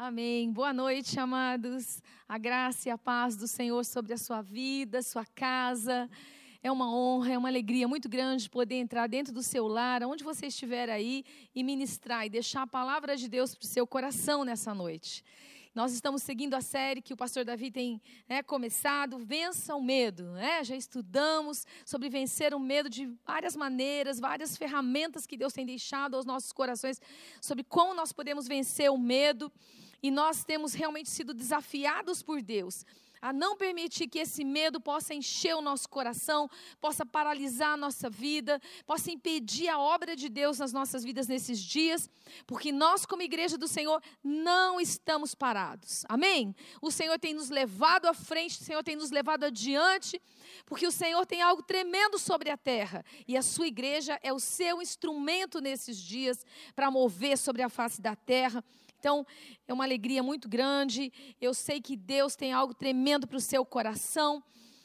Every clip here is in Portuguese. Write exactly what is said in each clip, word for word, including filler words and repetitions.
Amém. Boa noite, amados. A graça e a paz do Senhor sobre a sua vida, sua casa. É uma honra, é uma alegria muito grande poder entrar dentro do seu lar, onde você estiver aí, e ministrar e deixar a palavra de Deus para o seu coração nessa noite. Nós estamos seguindo a série que o pastor Davi tem né, começado, Vença o Medo. Né? Já estudamos sobre vencer o medo de várias maneiras, várias ferramentas que Deus tem deixado aos nossos corações, sobre como nós podemos vencer o medo. E nós temos realmente sido desafiados por Deus a não permitir que esse medo possa encher o nosso coração, possa paralisar a nossa vida, possa impedir a obra de Deus nas nossas vidas nesses dias, porque nós, como igreja do Senhor, não estamos parados. Amém? O Senhor tem nos levado à frente, o Senhor tem nos levado adiante, porque o Senhor tem algo tremendo sobre a terra, e a sua igreja é o seu instrumento nesses dias para mover sobre a face da terra. Então, é uma alegria muito grande. Eu sei que Deus tem algo tremendo para o seu coração.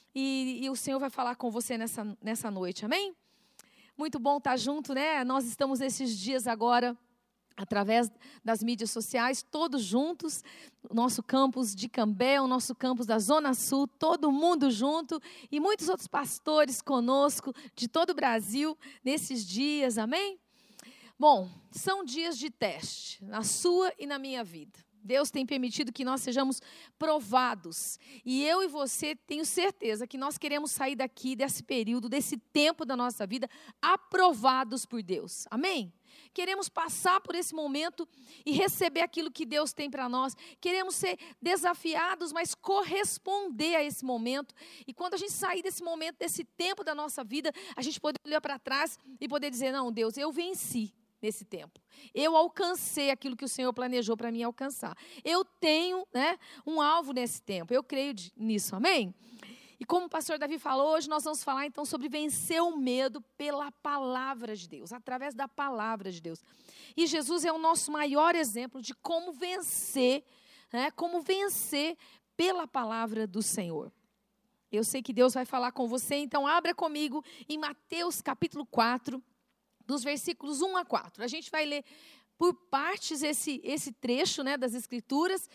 E, e o Senhor vai falar com você nessa, nessa noite, amém? Muito bom estar junto, né? Nós estamos nesses dias agora, através das mídias sociais, todos juntos. O nosso campus de Cambé, o nosso campus da Zona Sul, todo mundo junto. E muitos outros pastores conosco, de todo o Brasil, nesses dias, amém? Bom, são dias de teste, na sua e na minha vida. Deus tem permitido que nós sejamos provados. E eu e você, tenho certeza que nós queremos sair daqui, desse período, desse tempo da nossa vida, aprovados por Deus. Amém? Queremos passar por esse momento e receber aquilo que Deus tem para nós. Queremos ser desafiados, mas corresponder a esse momento. E quando a gente sair desse momento, desse tempo da nossa vida, a gente poder olhar para trás e poder dizer, não, Deus, eu venci nesse tempo. Eu alcancei aquilo que o Senhor planejou para mim alcançar. Eu tenho né, um alvo nesse tempo. Eu creio nisso, amém? E como o pastor Davi falou, hoje nós vamos falar então sobre vencer o medo pela palavra de Deus, através da palavra de Deus. E Jesus é o nosso maior exemplo de como vencer, né, como vencer pela palavra do Senhor. Eu sei que Deus vai falar com você, então abra comigo em Mateus capítulo quatro, dos versículos um a quatro. A gente vai ler por partes esse, esse trecho né, das Escrituras,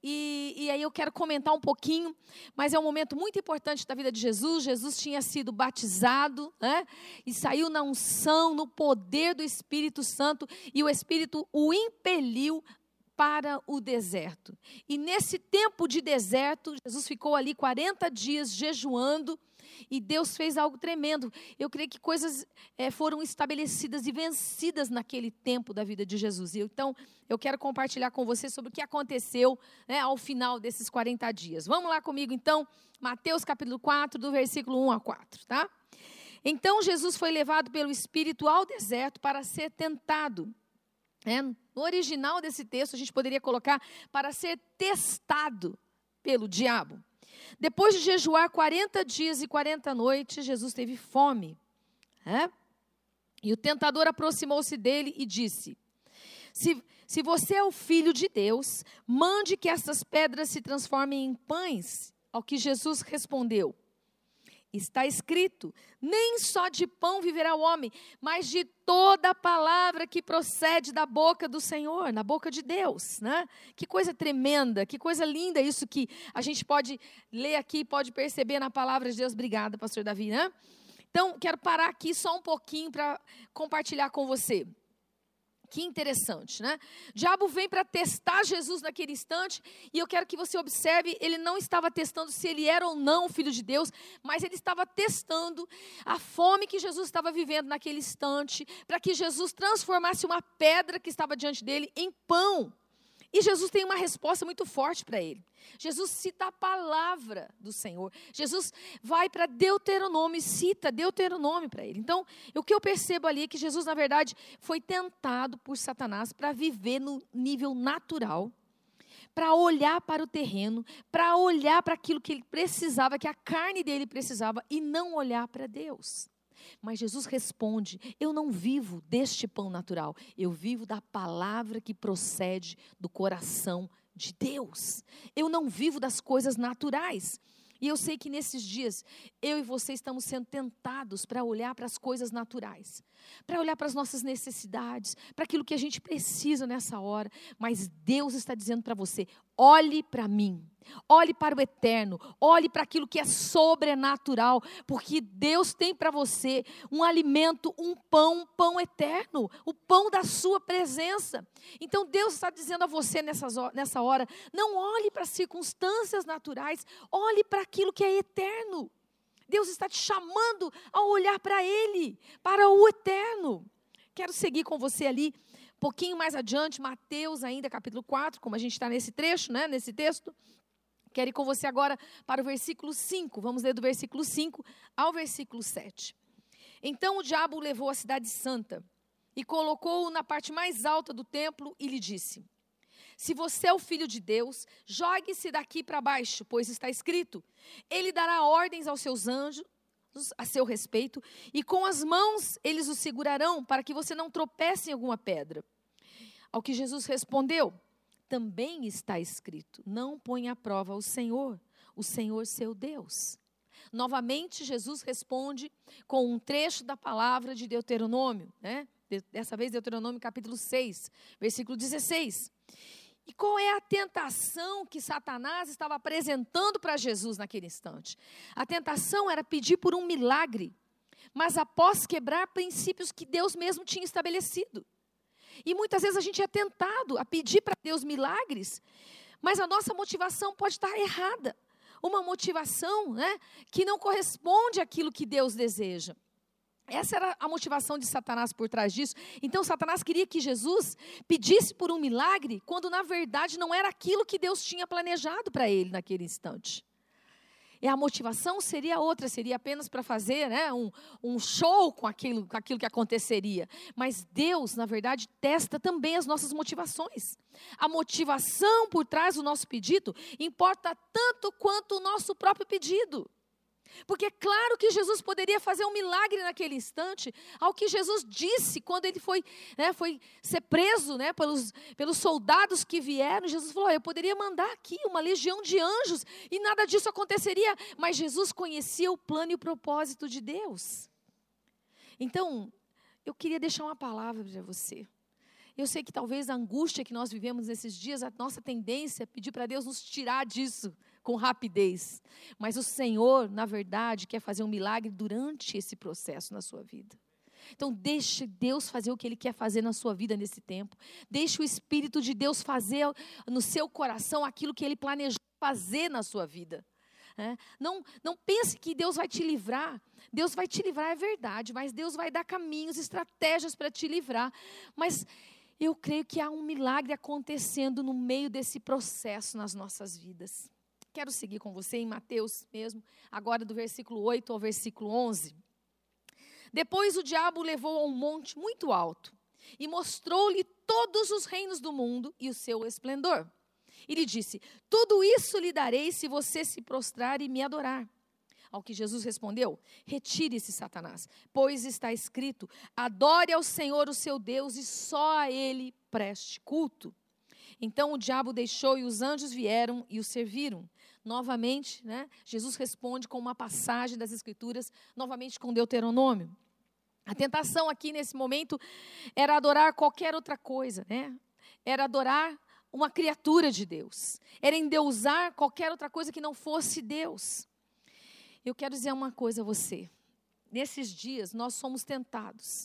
e, e aí eu quero comentar um pouquinho, mas é um momento muito importante da vida de Jesus. Jesus tinha sido batizado, né, e saiu na unção, no poder do Espírito Santo, e o Espírito o impeliu para o deserto. E nesse tempo de deserto, Jesus ficou ali quarenta dias jejuando, e Deus fez algo tremendo. Eu creio que coisas é, foram estabelecidas e vencidas naquele tempo da vida de Jesus. Então, eu quero compartilhar com você sobre o que aconteceu né, ao final desses quarenta dias. Vamos lá comigo, então, Mateus capítulo quatro, do versículo um a quatro, tá? Então, Jesus foi levado pelo Espírito ao deserto para ser tentado. É, no original desse texto, a gente poderia colocar para ser testado pelo diabo. Depois de jejuar quarenta dias e quarenta noites, Jesus teve fome. É? E o tentador aproximou-se dele e disse, se, se você é o Filho de Deus, mande que essas pedras se transformem em pães. Ao que Jesus respondeu, está escrito, nem só de pão viverá o homem, mas de toda a palavra que procede da boca do Senhor, na boca de Deus, né? Que coisa tremenda, que coisa linda isso que a gente pode ler aqui, pode perceber na palavra de Deus. Obrigada, pastor Davi, né? Então, quero parar aqui só um pouquinho para compartilhar com você. Que interessante, né? O diabo vem para testar Jesus naquele instante, e eu quero que você observe, ele não estava testando se ele era ou não o Filho de Deus, mas ele estava testando a fome que Jesus estava vivendo naquele instante, para que Jesus transformasse uma pedra que estava diante dele em pão. E Jesus tem uma resposta muito forte para ele. Jesus cita a palavra do Senhor. Jesus vai para Deuteronômio e cita Deuteronômio para ele. Então, o que eu percebo ali é que Jesus, na verdade, foi tentado por Satanás para viver no nível natural, para olhar para o terreno, para olhar para aquilo que ele precisava, que a carne dele precisava, e não olhar para Deus. Mas Jesus responde, eu não vivo deste pão natural, eu vivo da palavra que procede do coração de Deus. Eu não vivo das coisas naturais. E eu sei que nesses dias, eu e você estamos sendo tentados para olhar para as coisas naturais, para olhar para as nossas necessidades, para aquilo que a gente precisa nessa hora. Mas Deus está dizendo para você, olhe para mim, olhe para o eterno, olhe para aquilo que é sobrenatural, porque Deus tem para você um alimento, um pão, um pão eterno, o pão da sua presença. Então Deus está dizendo a você nessas, nessa hora, não olhe para as circunstâncias naturais, olhe para aquilo que é eterno. Deus está te chamando a olhar para Ele, para o eterno. Quero seguir com você ali, um pouquinho mais adiante, Mateus ainda, capítulo quatro, como a gente está nesse trecho, né, nesse texto. Quero ir com você agora para o versículo cinco. Vamos ler do versículo cinco ao versículo sete. Então o diabo o levou à cidade santa e colocou-o na parte mais alta do templo e lhe disse: se você é o filho de Deus, jogue-se daqui para baixo, pois está escrito, ele dará ordens aos seus anjos a seu respeito, e com as mãos eles o segurarão, para que você não tropece em alguma pedra. Ao que Jesus respondeu, também está escrito, não ponha à prova o Senhor, o Senhor seu Deus. Novamente, Jesus responde com um trecho da palavra de Deuteronômio, né? Dessa vez, Deuteronômio capítulo seis, versículo dezesseis. E qual é a tentação que Satanás estava apresentando para Jesus naquele instante? A tentação era pedir por um milagre, mas após quebrar princípios que Deus mesmo tinha estabelecido. E muitas vezes a gente é tentado a pedir para Deus milagres, mas a nossa motivação pode estar errada. Uma motivação, né, que não corresponde àquilo que Deus deseja. Essa era a motivação de Satanás por trás disso. Então Satanás queria que Jesus pedisse por um milagre, quando na verdade não era aquilo que Deus tinha planejado para ele naquele instante. E a motivação seria outra, seria apenas para fazer, né, um, um show com aquilo, com aquilo que aconteceria. Mas Deus, na verdade, testa também as nossas motivações. A motivação por trás do nosso pedido importa tanto quanto o nosso próprio pedido. Porque é claro que Jesus poderia fazer um milagre naquele instante, ao que Jesus disse quando ele foi, né, foi ser preso, né, pelos, pelos soldados que vieram. Jesus falou, eu poderia mandar aqui uma legião de anjos e nada disso aconteceria, mas Jesus conhecia o plano e o propósito de Deus. Então, eu queria deixar uma palavra para você. Eu sei que talvez a angústia que nós vivemos nesses dias, a nossa tendência é pedir para Deus nos tirar disso com rapidez. Mas o Senhor, na verdade, quer fazer um milagre durante esse processo na sua vida. Então, deixe Deus fazer o que Ele quer fazer na sua vida nesse tempo. Deixe o Espírito de Deus fazer no seu coração aquilo que Ele planejou fazer na sua vida. É, não, não pense que Deus vai te livrar. Deus vai te livrar, é verdade, mas Deus vai dar caminhos, estratégias para te livrar. Mas eu creio que há um milagre acontecendo no meio desse processo nas nossas vidas. Quero seguir com você em Mateus mesmo, agora do versículo oito ao versículo onze. Depois o diabo o levou a um monte muito alto e mostrou-lhe todos os reinos do mundo e o seu esplendor. E lhe disse, tudo isso lhe darei se você se prostrar e me adorar. Ao que Jesus respondeu, retire-se, Satanás, pois está escrito, adore ao Senhor o seu Deus e só a Ele preste culto. Então o diabo deixou e os anjos vieram e o serviram. Novamente, né, Jesus responde com uma passagem das Escrituras, novamente com Deuteronômio. A tentação aqui nesse momento era adorar qualquer outra coisa, né? Era adorar uma criatura de Deus. Era endeusar qualquer outra coisa que não fosse Deus. Eu quero dizer uma coisa a você. Nesses dias nós somos tentados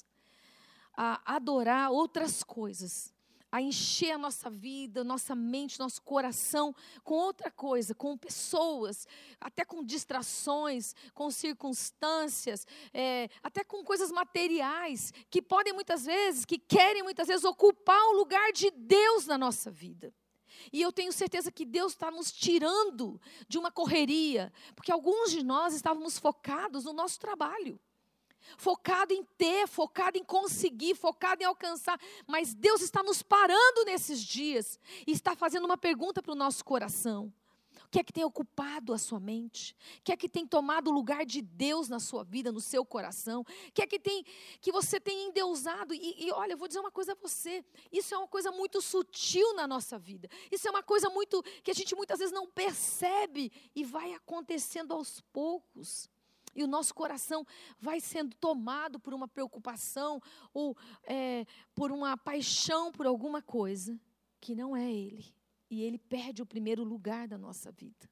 a adorar outras coisas, a encher a nossa vida, nossa mente, nosso coração com outra coisa, com pessoas, até com distrações, com circunstâncias, é, até com coisas materiais, que podem muitas vezes, que querem muitas vezes ocupar o lugar de Deus na nossa vida. E eu tenho certeza que Deus está nos tirando de uma correria, porque alguns de nós estávamos focados no nosso trabalho. Focado em ter, focado em conseguir, focado em alcançar. Mas Deus está nos parando nesses dias e está fazendo uma pergunta para o nosso coração. O que é que tem ocupado a sua mente? O que é que tem tomado o lugar de Deus na sua vida, no seu coração? O que é que, tem, que você tem endeusado? E, e olha, eu vou dizer uma coisa a você. Isso é uma coisa muito sutil na nossa vida. Isso é uma coisa muito que a gente muitas vezes não percebe e vai acontecendo aos poucos. E o nosso coração vai sendo tomado por uma preocupação ou é, por uma paixão por alguma coisa que não é Ele. E Ele perde o primeiro lugar da nossa vida.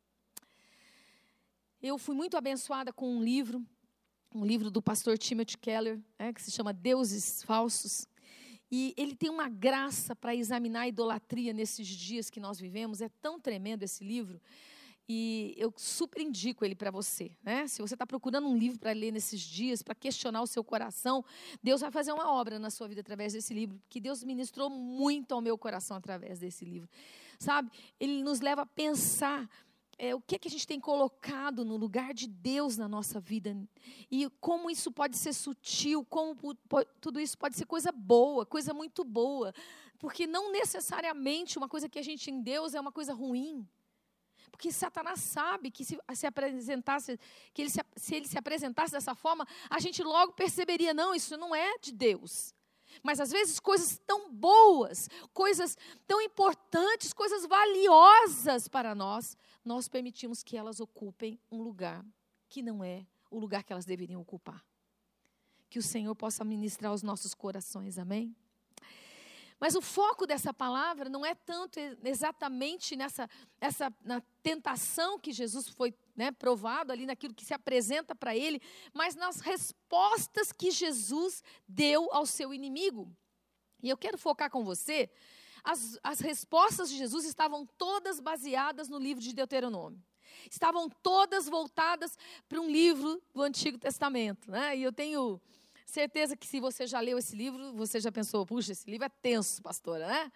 Eu fui muito abençoada com um livro, um livro do pastor Timothy Keller, é, que se chama Deuses Falsos. E ele tem uma graça para examinar a idolatria nesses dias que nós vivemos. É tão tremendo esse livro. E eu super indico ele para você, né? Se você está procurando um livro para ler nesses dias, para questionar o seu coração, Deus vai fazer uma obra na sua vida através desse livro, porque Deus ministrou muito ao meu coração através desse livro, sabe? Ele nos leva a pensar é, o que, é que a gente tem colocado no lugar de Deus na nossa vida, e como isso pode ser sutil, como tudo isso pode ser coisa boa, coisa muito boa, porque não necessariamente uma coisa que a gente em Deus é uma coisa ruim. Porque Satanás sabe que se, se apresentasse, que ele se, se ele se apresentasse dessa forma, a gente logo perceberia, não, isso não é de Deus. Mas às vezes coisas tão boas, coisas tão importantes, coisas valiosas para nós, nós permitimos que elas ocupem um lugar que não é o lugar que elas deveriam ocupar. Que o Senhor possa ministrar os nossos corações, amém? Mas o foco dessa palavra não é tanto exatamente nessa essa, na tentação que Jesus foi, né, provado ali, naquilo que se apresenta para ele, mas nas respostas que Jesus deu ao seu inimigo. E eu quero focar com você, as, as respostas de Jesus estavam todas baseadas no livro de Deuteronômio. Estavam todas voltadas para um livro do Antigo Testamento, né? E eu tenho certeza que se você já leu esse livro, você já pensou, puxa, esse livro é tenso, pastora, né?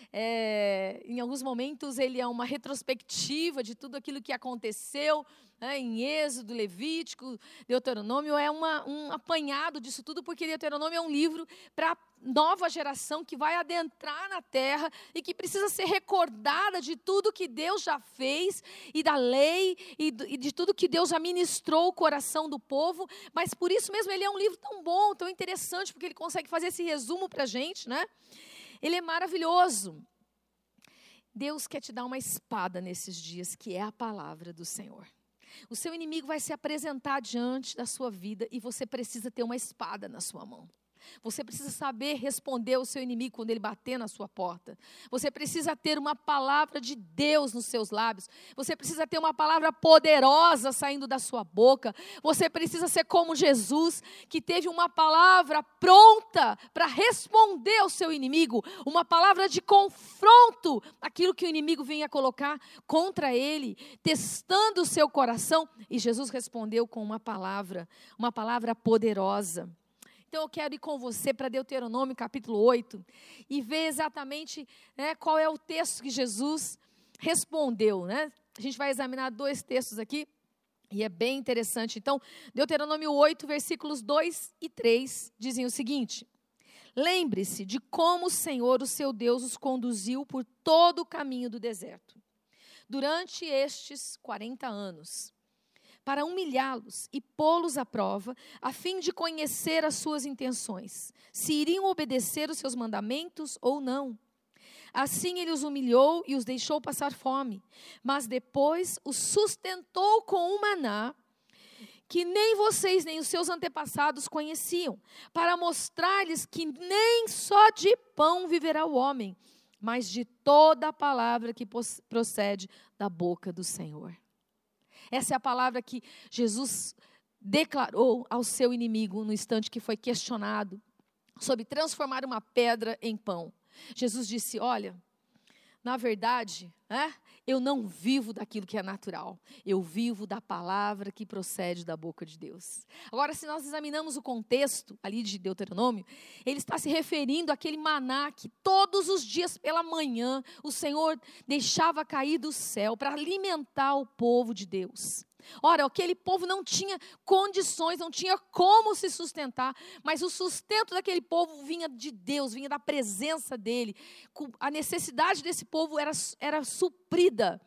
É, em alguns momentos ele é uma retrospectiva de tudo aquilo que aconteceu, né, em Êxodo, Levítico, Deuteronômio, é uma, um apanhado disso tudo, porque Deuteronômio é um livro para a nova geração que vai adentrar na terra e que precisa ser recordada de tudo que Deus já fez e da lei e, do, e de tudo que Deus já ministrou o coração do povo, mas por isso mesmo ele é um livro tão bom, tão interessante, porque ele consegue fazer esse resumo para a gente, né? Ele é maravilhoso. Deus quer te dar uma espada nesses dias, que é a palavra do Senhor. O seu inimigo vai se apresentar diante da sua vida e você precisa ter uma espada na sua mão. Você precisa saber responder ao seu inimigo quando ele bater na sua porta. Você precisa ter uma palavra de Deus nos seus lábios. Você precisa ter uma palavra poderosa saindo da sua boca. Você precisa ser como Jesus, que teve uma palavra pronta para responder ao seu inimigo. Uma palavra de confronto, aquilo que o inimigo vinha colocar contra ele, testando o seu coração. E Jesus respondeu com uma palavra, uma palavra poderosa. Então eu quero ir com você para Deuteronômio capítulo oito e ver exatamente, né, qual é o texto que Jesus respondeu, né? A gente vai examinar dois textos aqui e é bem interessante. Então, Deuteronômio oito, versículos dois e três, dizem o seguinte: lembre-se de como o Senhor, o seu Deus, os conduziu por todo o caminho do deserto, durante estes quarenta anos, para humilhá-los e pô-los à prova, a fim de conhecer as suas intenções, se iriam obedecer os seus mandamentos ou não. Assim ele os humilhou e os deixou passar fome, mas depois os sustentou com um maná, que nem vocês nem os seus antepassados conheciam, para mostrar-lhes que nem só de pão viverá o homem, mas de toda a palavra que procede da boca do Senhor. Essa é a palavra que Jesus declarou ao seu inimigo no instante que foi questionado sobre transformar uma pedra em pão. Jesus disse, olha, na verdade, né, eu não vivo daquilo que é natural. Eu vivo da palavra que procede da boca de Deus. Agora, se nós examinamos o contexto ali de Deuteronômio, ele está se referindo àquele maná que todos os dias pela manhã o Senhor deixava cair do céu para alimentar o povo de Deus. Ora, aquele povo não tinha condições, não tinha como se sustentar, mas o sustento daquele povo vinha de Deus, vinha da presença dele. A necessidade desse povo era, era suprida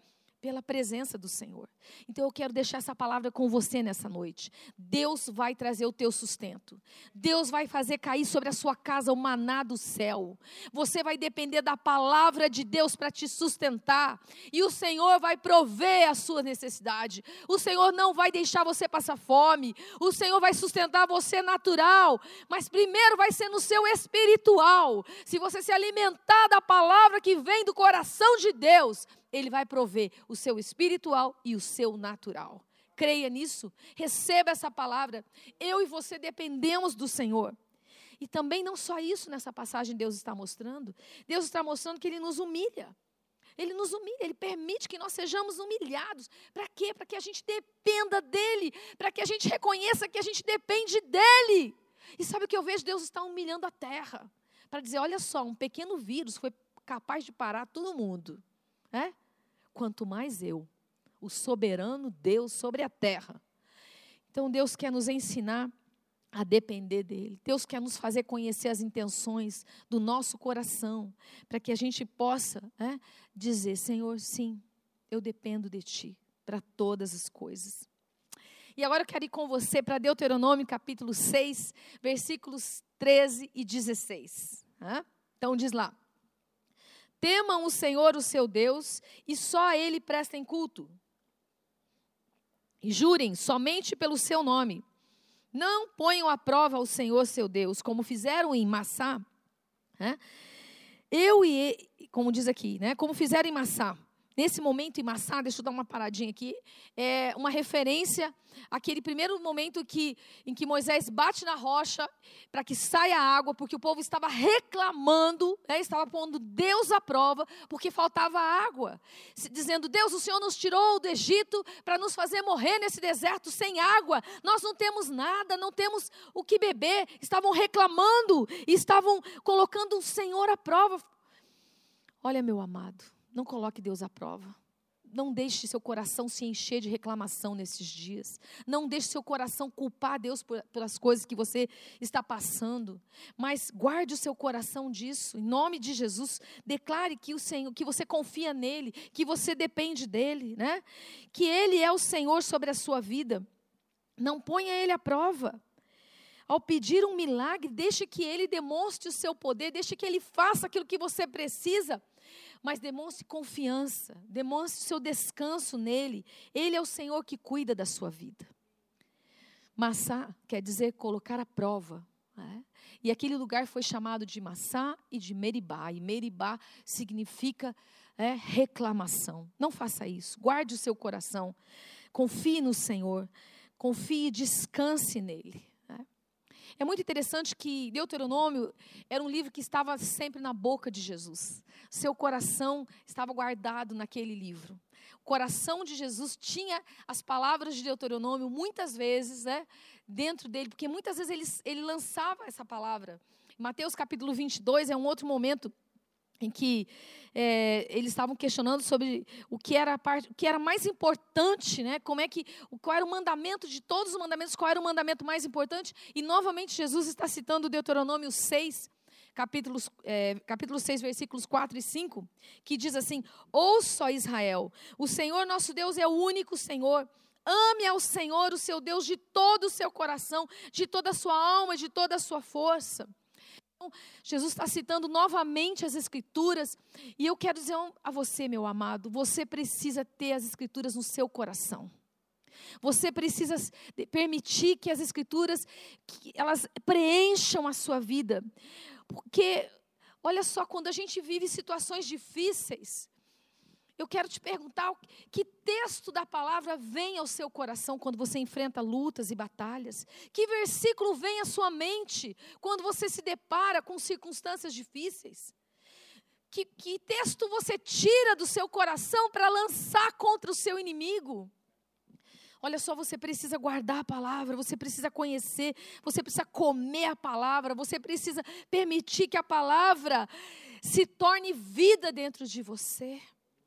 Pela presença do Senhor. Então eu quero deixar essa palavra com você nessa noite. Deus vai trazer o teu sustento. Deus vai fazer cair sobre a sua casa o maná do céu. Você vai depender da palavra de Deus para te sustentar. E o Senhor vai prover a sua necessidade. O Senhor não vai deixar você passar fome. O Senhor vai sustentar você natural. Mas primeiro vai ser no seu espiritual. Se você se alimentar da palavra que vem do coração de Deus, Ele vai prover o seu espiritual e o seu natural. Creia nisso, receba essa palavra. Eu e você dependemos do Senhor. E também não só isso nessa passagem Deus está mostrando. Deus está mostrando que Ele nos humilha. Ele nos humilha, Ele permite que nós sejamos humilhados. Para quê? Para que a gente dependa dEle. Para que a gente reconheça que a gente depende dEle. E sabe o que eu vejo? Deus está humilhando a terra. Para dizer, olha só, um pequeno vírus foi capaz de parar todo mundo. É? Quanto mais eu, o soberano Deus sobre a terra. Então Deus quer nos ensinar a depender dEle. Deus quer nos fazer conhecer as intenções do nosso coração, para que a gente possa é, dizer, Senhor, sim, eu dependo de Ti, para todas as coisas. E agora eu quero ir com você para Deuteronômio capítulo seis, versículos treze e dezesseis. É? Então diz lá. Temam o Senhor, o seu Deus, e só a Ele prestem culto. E jurem somente pelo seu nome. Não ponham à prova o Senhor, seu Deus, como fizeram em Massá. Né? Eu e ele, como diz aqui, né? Como fizeram em Massá. Nesse momento em Massá, deixa eu dar uma paradinha aqui, é uma referência àquele primeiro momento que, em que Moisés bate na rocha para que saia água, porque o povo estava reclamando, né, estava pondo Deus à prova, porque faltava água. Dizendo, Deus, o Senhor nos tirou do Egito para nos fazer morrer nesse deserto sem água. Nós não temos nada, não temos o que beber. Estavam reclamando, estavam colocando o Senhor à prova. Olha, meu amado. Não coloque Deus à prova. Não deixe seu coração se encher de reclamação nesses dias. Não deixe seu coração culpar Deus por, pelas coisas que você está passando. Mas guarde o seu coração disso. Em nome de Jesus, declare que o Senhor, que você confia nele, que você depende dele, né? Que Ele é o Senhor sobre a sua vida. Não ponha Ele à prova. Ao pedir um milagre, deixe que Ele demonstre o seu poder, deixe que Ele faça aquilo que você precisa. Mas demonstre confiança, demonstre o seu descanso nele. Ele é o Senhor que cuida da sua vida. Massá quer dizer colocar à prova. Né? E aquele lugar foi chamado de Massá e de Meribá. E Meribá significa é, reclamação. Não faça isso. Guarde o seu coração. Confie no Senhor. Confie e descanse nele. É muito interessante que Deuteronômio era um livro que estava sempre na boca de Jesus. Seu coração estava guardado naquele livro. O coração de Jesus tinha as palavras de Deuteronômio muitas vezes, né, dentro dele, porque muitas vezes ele, ele lançava essa palavra. Mateus capítulo vinte e dois é um outro momento em que é, eles estavam questionando sobre o que era a parte, o que era mais importante, né? Como é que, qual era o mandamento de todos os mandamentos, qual era o mandamento mais importante? E novamente Jesus está citando Deuteronômio seis, capítulos, é, capítulo seis, versículos quatro e cinco, que diz assim: ouça, Israel, o Senhor nosso Deus é o único Senhor. Ame ao Senhor, o seu Deus, de todo o seu coração, de toda a sua alma, de toda a sua força. Jesus está citando novamente as Escrituras, e eu quero dizer a você, meu amado, você precisa ter as Escrituras no seu coração. Você precisa permitir que as Escrituras, que elas preencham a sua vida. Porque, olha só, quando a gente vive situações difíceis, eu quero te perguntar, que texto da palavra vem ao seu coração quando você enfrenta lutas e batalhas? Que versículo vem à sua mente quando você se depara com circunstâncias difíceis? Que, que texto você tira do seu coração para lançar contra o seu inimigo? Olha só, você precisa guardar a palavra, você precisa conhecer, você precisa comer a palavra, você precisa permitir que a palavra se torne vida dentro de você.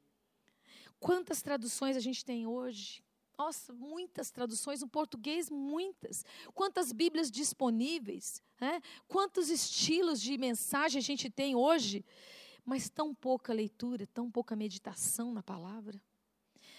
Quantas traduções a gente tem hoje? Nossa, muitas traduções, no português, muitas. Quantas Bíblias disponíveis, né? Quantos estilos de mensagem a gente tem hoje, mas tão pouca leitura, tão pouca meditação na palavra.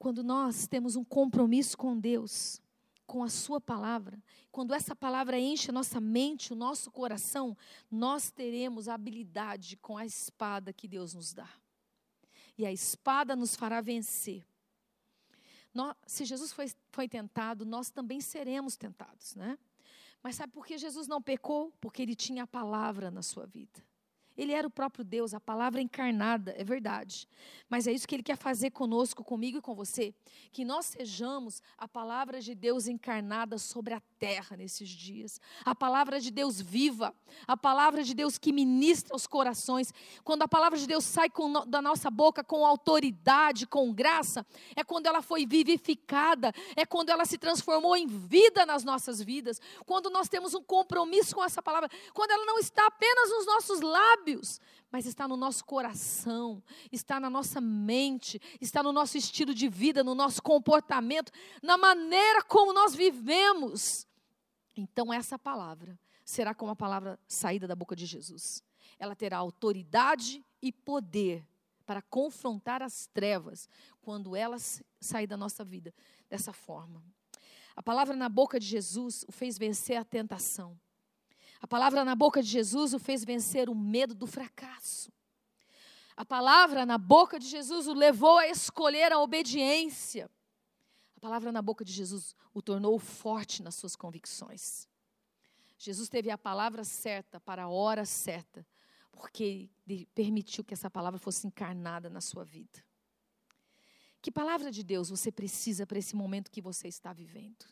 quando nós temos um compromisso com Deus, com a sua palavra, quando essa palavra enche a nossa mente, o nosso coração, nós teremos a habilidade com a espada que Deus nos dá. E a espada nos fará vencer. Nós, se Jesus foi, foi tentado, nós também seremos tentados, né? Mas sabe por que Jesus não pecou? Porque ele tinha a palavra na sua vida. Ele era o próprio Deus, a palavra encarnada, é verdade. Mas é isso que Ele quer fazer conosco, comigo e com você. Que nós sejamos a palavra de Deus encarnada sobre a terra nesses dias. A palavra de Deus viva, a palavra de Deus que ministra os corações. Quando a palavra de Deus sai com, da nossa boca com autoridade, com graça, é quando ela foi vivificada, é quando ela se transformou em vida nas nossas vidas. Quando nós temos um compromisso com essa palavra, quando ela não está apenas nos nossos lábios, mas está no nosso coração, está na nossa mente, está no nosso estilo de vida, no nosso comportamento, na maneira como nós vivemos. Então essa palavra será como a palavra saída da boca de Jesus. Ela terá autoridade e poder para confrontar as trevas quando ela sair da nossa vida dessa forma. A palavra na boca de Jesus o fez vencer a tentação. A palavra na boca de Jesus o fez vencer o medo do fracasso. A palavra na boca de Jesus o levou a escolher a obediência. A palavra na boca de Jesus o tornou forte nas suas convicções. Jesus teve a palavra certa para a hora certa, porque ele permitiu que essa palavra fosse encarnada na sua vida. Que palavra de Deus você precisa para esse momento que você está vivendo?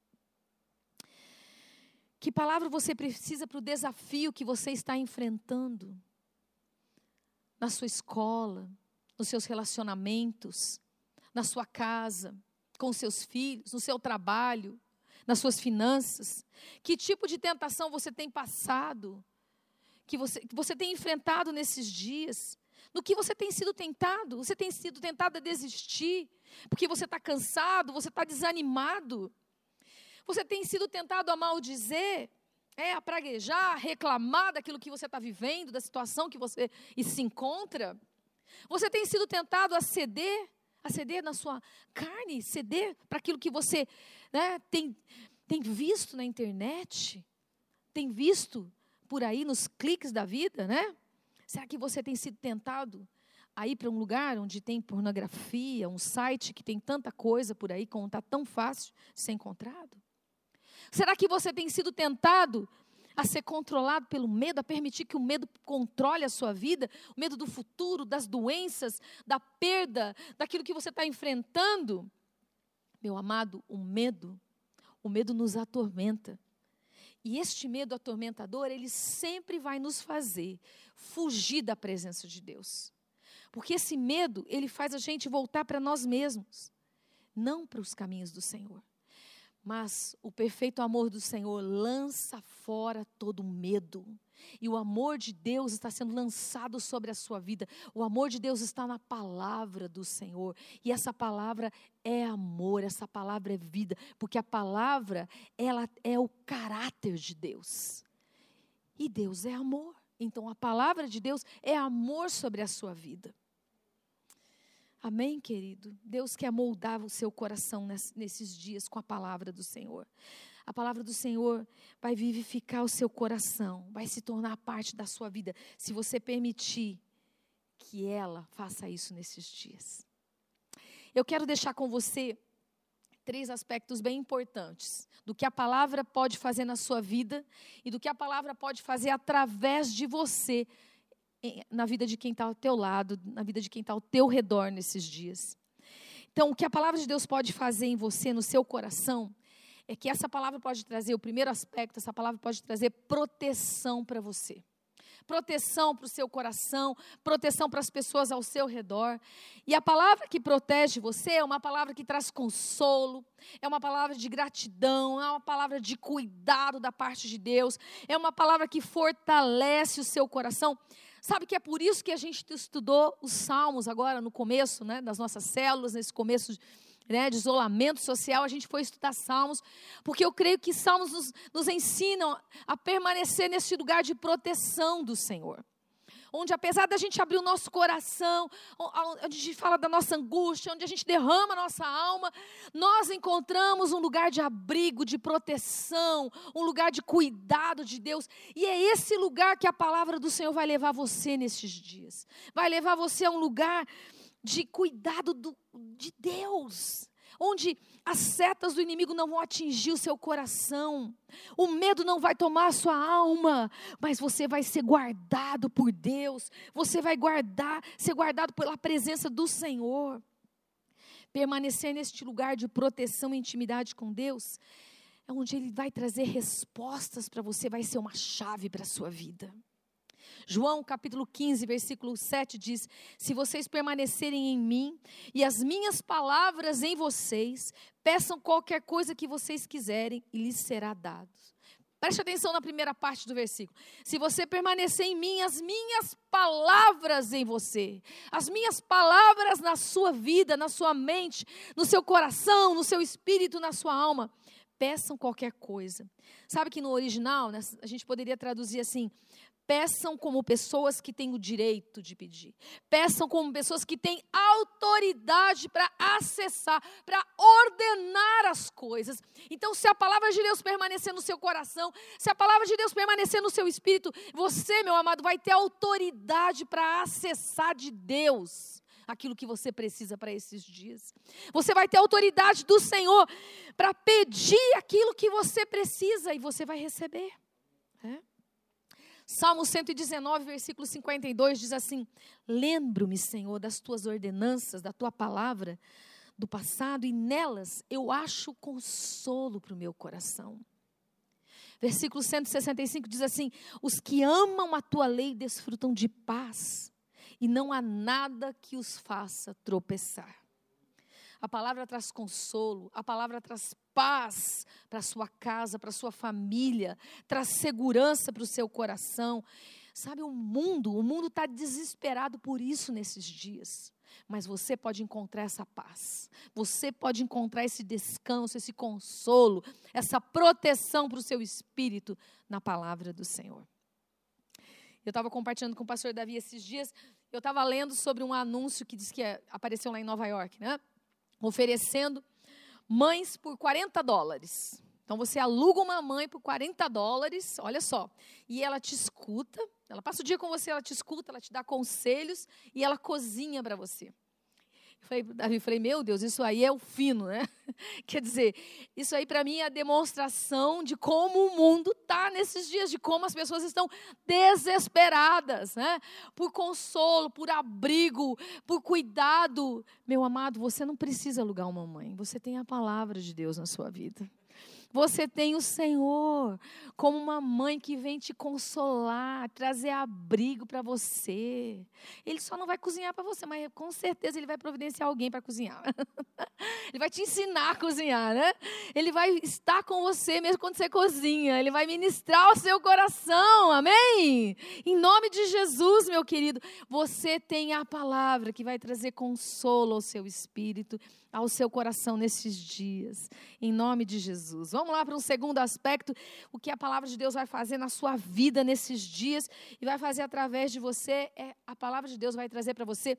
Que palavra você precisa para o desafio que você está enfrentando? Na sua escola, nos seus relacionamentos, na sua casa, com seus filhos, no seu trabalho, nas suas finanças. Que tipo de tentação você tem passado? Que você, que você tem enfrentado nesses dias? No que você tem sido tentado? Você tem sido tentado a desistir? Porque você está cansado, você está desanimado? Você tem sido tentado a maldizer, é, a praguejar, a reclamar daquilo que você está vivendo, da situação que você se encontra? Você tem sido tentado a ceder, a ceder na sua carne, ceder para aquilo que você, né, tem, tem visto na internet, tem visto por aí nos cliques da vida, né? Será que você tem sido tentado a ir para um lugar onde tem pornografia, um site que tem tanta coisa por aí, como está tão fácil de ser encontrado? Será que você tem sido tentado a ser controlado pelo medo, a permitir que o medo controle a sua vida? O medo do futuro, das doenças, da perda, daquilo que você está enfrentando? Meu amado, o medo, o medo nos atormenta. E este medo atormentador, ele sempre vai nos fazer fugir da presença de Deus. Porque esse medo, ele faz a gente voltar para nós mesmos, não para os caminhos do Senhor. Mas o perfeito amor do Senhor lança fora todo medo. E o amor de Deus está sendo lançado sobre a sua vida. O amor de Deus está na palavra do Senhor. E essa palavra é amor, essa palavra é vida. Porque a palavra, ela é o caráter de Deus. E Deus é amor. Então a palavra de Deus é amor sobre a sua vida. Amém, querido? Deus quer moldar o seu coração nesses dias com a palavra do Senhor. A palavra do Senhor vai vivificar o seu coração, vai se tornar parte da sua vida, se você permitir que ela faça isso nesses dias. Eu quero deixar com você três aspectos bem importantes do que a palavra pode fazer na sua vida e do que a palavra pode fazer através de você, na vida de quem está ao teu lado, na vida de quem está ao teu redor nesses dias. Então, o que a palavra de Deus pode fazer em você, no seu coração, é que essa palavra pode trazer, o primeiro aspecto, essa palavra pode trazer proteção para você. Proteção para o seu coração, proteção para as pessoas ao seu redor. E a palavra que protege você é uma palavra que traz consolo, é uma palavra de gratidão, é uma palavra de cuidado da parte de Deus, é uma palavra que fortalece o seu coração. Sabe que é por isso que a gente estudou os Salmos agora no começo, né, das nossas células, nesse começo, né, de isolamento social, a gente foi estudar Salmos, porque eu creio que Salmos nos, nos ensinam a permanecer nesse lugar de proteção do Senhor. onde apesar da gente abrir o nosso coração, onde a gente fala da nossa angústia, onde a gente derrama a nossa alma, nós encontramos um lugar de abrigo, de proteção, um lugar de cuidado de Deus. E é esse lugar que a palavra do Senhor vai levar você nesses dias. Vai levar você a um lugar de cuidado do, de Deus, onde as setas do inimigo não vão atingir o seu coração, o medo não vai tomar a sua alma, mas você vai ser guardado por Deus, você vai guardar, ser guardado pela presença do Senhor. Permanecer neste lugar de proteção e intimidade com Deus, é onde Ele vai trazer respostas para você, vai ser uma chave para a sua vida. João capítulo quinze, versículo sete diz: se vocês permanecerem em mim e as minhas palavras em vocês, peçam qualquer coisa que vocês quiserem e lhes será dado. Preste atenção na primeira parte do versículo. Se você permanecer em mim, as minhas palavras em você, as minhas palavras na sua vida, na sua mente, no seu coração, no seu espírito, na sua alma, peçam qualquer coisa. Sabe que no original, né, a gente poderia traduzir assim: peçam como pessoas que têm o direito de pedir. Peçam como pessoas que têm autoridade para acessar, para ordenar as coisas. Então, se a palavra de Deus permanecer no seu coração, se a palavra de Deus permanecer no seu espírito, você, meu amado, vai ter autoridade para acessar de Deus aquilo que você precisa para esses dias. Você vai ter autoridade do Senhor para pedir aquilo que você precisa e você vai receber. É? Salmo cento e dezenove, versículo cinquenta e dois diz assim: lembro-me, Senhor, das tuas ordenanças, da tua palavra do passado, e nelas eu acho consolo para o meu coração. Versículo cento e sessenta e cinco diz assim: os que amam a tua lei desfrutam de paz, e não há nada que os faça tropeçar. A palavra traz consolo, a palavra traz paz para a sua casa, para a sua família, traz segurança para o seu coração. Sabe, o mundo, o mundo está desesperado por isso nesses dias. Mas você pode encontrar essa paz, você pode encontrar esse descanso, esse consolo, essa proteção para o seu espírito na palavra do Senhor. Eu estava compartilhando com o pastor Davi esses dias, eu estava lendo sobre um anúncio que diz que apareceu lá em Nova York, né? Oferecendo mães por quarenta dólares. Então, você aluga uma mãe por quarenta dólares, olha só, e ela te escuta, ela passa o dia com você, ela te escuta, ela te dá conselhos e ela cozinha para você. Eu falei, Davi, falei, meu Deus, isso aí é o fino, né? Quer dizer, isso aí para mim é a demonstração de como o mundo está nesses dias, de como as pessoas estão desesperadas, né? Por consolo, por abrigo, por cuidado. Meu amado, você não precisa alugar uma mãe, você tem a palavra de Deus na sua vida. Você tem o Senhor como uma mãe que vem te consolar, trazer abrigo para você. Ele só não vai cozinhar para você, mas com certeza Ele vai providenciar alguém para cozinhar. Ele vai te ensinar a cozinhar, né? Ele vai estar com você mesmo quando você cozinha. Ele vai ministrar o seu coração, amém? Em nome de Jesus, meu querido, você tem a palavra que vai trazer consolo ao seu espírito, ao seu coração nesses dias, em nome de Jesus. Vamos lá para um segundo aspecto, o que a palavra de Deus vai fazer na sua vida nesses dias, e vai fazer através de você, é, a palavra de Deus vai trazer para você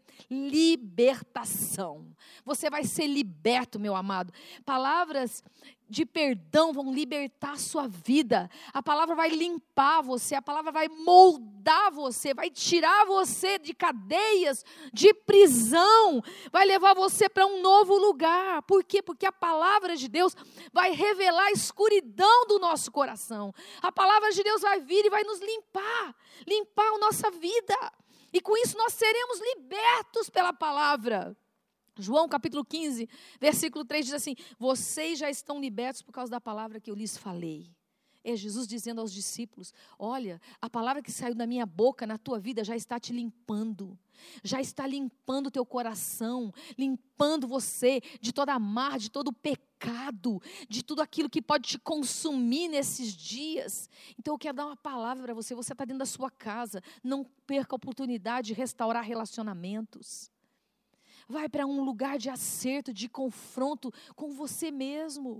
libertação. Você vai ser liberto, meu amado. Palavras de perdão vão libertar a sua vida. A palavra vai limpar você, a palavra vai moldar você, vai tirar você de cadeias, de prisão, vai levar você para um novo lugar. Por quê? Porque a palavra de Deus vai revelar a escuridão do nosso coração. A palavra de Deus vai vir e vai nos limpar, limpar a nossa vida. E com isso nós seremos libertos pela palavra. João capítulo quinze, versículo três diz assim: vocês já estão libertos por causa da palavra que eu lhes falei. É Jesus dizendo aos discípulos: olha, a palavra que saiu da minha boca na tua vida já está te limpando, já está limpando o teu coração, limpando você de toda a mar, de todo o pecado, de tudo aquilo que pode te consumir nesses dias. Então eu quero dar uma palavra para você. Você está dentro da sua casa, não perca a oportunidade de restaurar relacionamentos. Vai para um lugar de acerto, de confronto com você mesmo.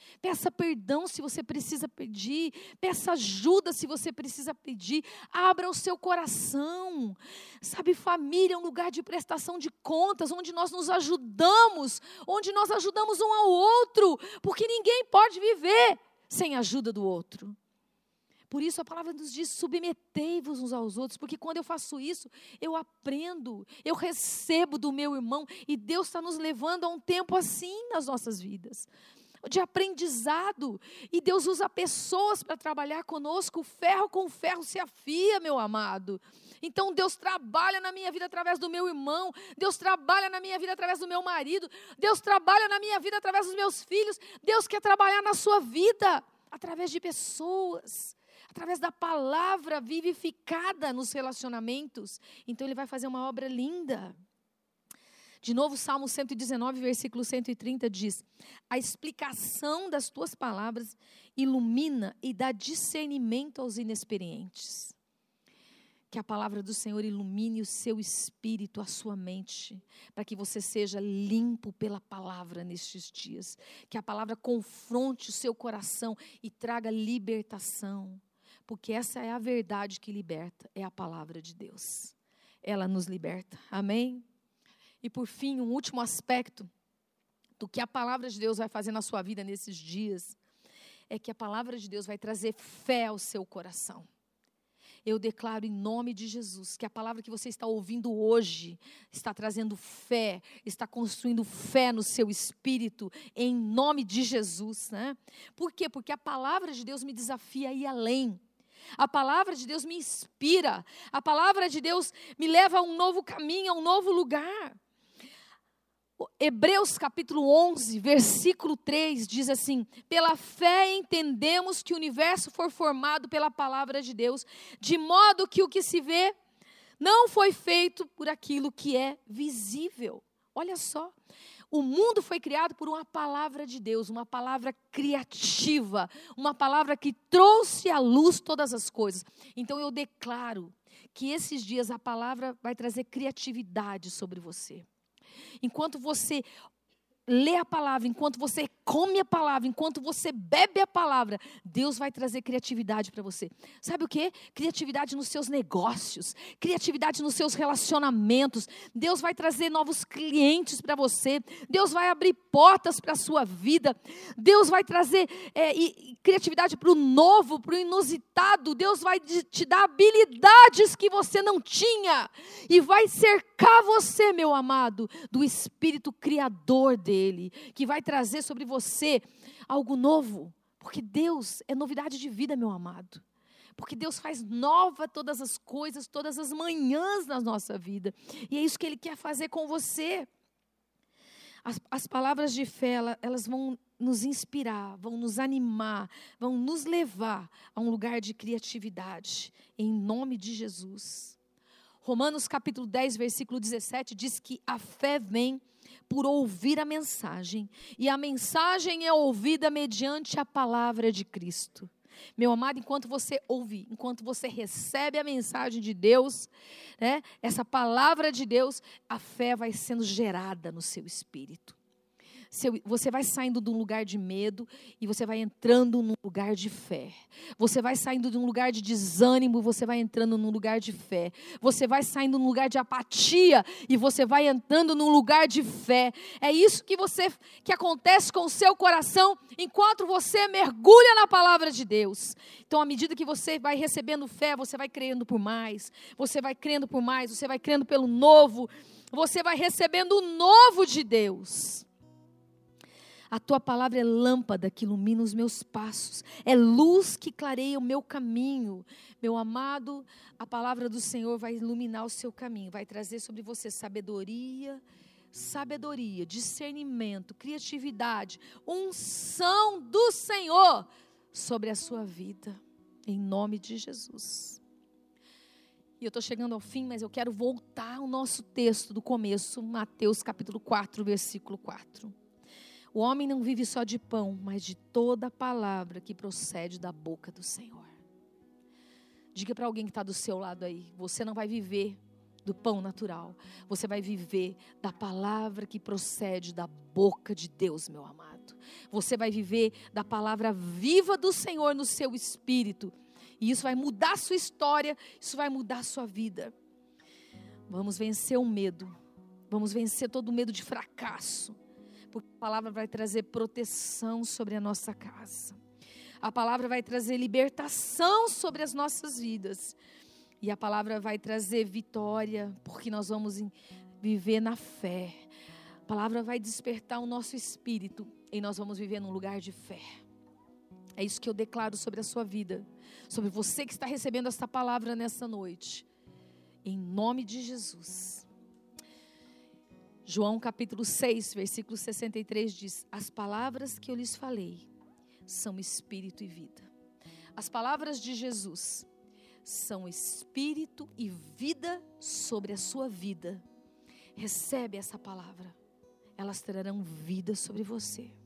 Peça perdão se você precisa pedir. Peça ajuda se você precisa pedir. Abra o seu coração. Sabe, família é um lugar de prestação de contas, onde nós nos ajudamos, onde nós ajudamos um ao outro, porque ninguém pode viver sem a ajuda do outro. Por isso a palavra nos diz, submetei-vos uns aos outros, porque quando eu faço isso, eu aprendo, eu recebo do meu irmão, e Deus está nos levando a um tempo assim nas nossas vidas, de aprendizado, e Deus usa pessoas para trabalhar conosco. O ferro com o ferro se afia, meu amado. Então Deus trabalha na minha vida através do meu irmão, Deus trabalha na minha vida através do meu marido, Deus trabalha na minha vida através dos meus filhos. Deus quer trabalhar na sua vida através de pessoas, através da palavra vivificada nos relacionamentos. Então Ele vai fazer uma obra linda. De novo, Salmo cento e dezenove, versículo cento e trinta diz: a explicação das tuas palavras ilumina e dá discernimento aos inexperientes. Que a palavra do Senhor ilumine o seu espírito, a sua mente, para que você seja limpo pela palavra nestes dias. Que a palavra confronte o seu coração e traga libertação. Porque essa é a verdade que liberta, é a palavra de Deus. Ela nos liberta, amém? E por fim, um último aspecto do que a palavra de Deus vai fazer na sua vida nesses dias, é que a palavra de Deus vai trazer fé ao seu coração. Eu declaro em nome de Jesus que a palavra que você está ouvindo hoje está trazendo fé, está construindo fé no seu espírito, em nome de Jesus, né? Por quê? Porque a palavra de Deus me desafia a ir além. A palavra de Deus me inspira, a palavra de Deus me leva a um novo caminho, a um novo lugar. Hebreus capítulo onze, versículo três, diz assim: pela fé entendemos que o universo foi formado pela palavra de Deus, de modo que o que se vê não foi feito por aquilo que é visível. Olha só, o mundo foi criado por uma palavra de Deus, uma palavra criativa, uma palavra que trouxe à luz todas as coisas. Então eu declaro que esses dias a palavra vai trazer criatividade sobre você. Enquanto você lê a palavra, enquanto você come a palavra, enquanto você bebe a palavra, Deus vai trazer criatividade para você. Sabe o quê? Criatividade nos seus negócios, criatividade nos seus relacionamentos. Deus vai trazer novos clientes para você. Deus vai abrir portas para a sua vida. Deus vai trazer é, e, criatividade para o novo, para o inusitado. Deus vai te dar habilidades que você não tinha e vai cercar você, meu amado, do Espírito Criador dele. Dele, que vai trazer sobre você algo novo, porque Deus é novidade de vida, meu amado, porque Deus faz nova todas as coisas, todas as manhãs na nossa vida, e é isso que Ele quer fazer com você. As, as palavras de fé, elas vão nos inspirar, vão nos animar, vão nos levar a um lugar de criatividade, em nome de Jesus. Romanos capítulo dez, versículo dezessete, diz que a fé vem por ouvir a mensagem, e a mensagem é ouvida mediante a palavra de Cristo. Meu amado, enquanto você ouve, enquanto você recebe a mensagem de Deus, né, essa palavra de Deus, a fé vai sendo gerada no seu espírito. Seu, você vai saindo de um lugar de medo e você vai entrando num lugar de fé. Você vai saindo de um lugar de desânimo e você vai entrando num lugar de fé. Você vai saindo num lugar de apatia e você vai entrando num lugar de fé. É isso que, você, que acontece com o seu coração enquanto você mergulha na palavra de Deus. Então, à medida que você vai recebendo fé, você vai crendo por mais. Você vai crendo por mais, você vai crendo pelo novo. Você vai recebendo o novo de Deus. A tua palavra é lâmpada que ilumina os meus passos, é luz que clareia o meu caminho. Meu amado, a palavra do Senhor vai iluminar o seu caminho, vai trazer sobre você sabedoria, sabedoria, discernimento, criatividade, unção do Senhor sobre a sua vida, em nome de Jesus. E eu estou chegando ao fim, mas eu quero voltar ao nosso texto do começo, Mateus capítulo quatro, versículo quatro. O homem não vive só de pão, mas de toda a palavra que procede da boca do Senhor. Diga para alguém que está do seu lado aí, você não vai viver do pão natural. Você vai viver da palavra que procede da boca de Deus, meu amado. Você vai viver da palavra viva do Senhor no seu espírito. E isso vai mudar a sua história, isso vai mudar a sua vida. Vamos vencer o medo. Vamos vencer todo o medo de fracasso. Porque a palavra vai trazer proteção sobre a nossa casa. A palavra vai trazer libertação sobre as nossas vidas. E a palavra vai trazer vitória, porque nós vamos viver na fé. A palavra vai despertar o nosso espírito e nós vamos viver num lugar de fé. É isso que eu declaro sobre a sua vida, sobre você que está recebendo esta palavra nessa noite. Em nome de Jesus. João capítulo seis, versículo sessenta e três diz: as palavras que eu lhes falei são espírito e vida. As palavras de Jesus são espírito e vida sobre a sua vida. Recebe essa palavra. Elas trarão vida sobre você.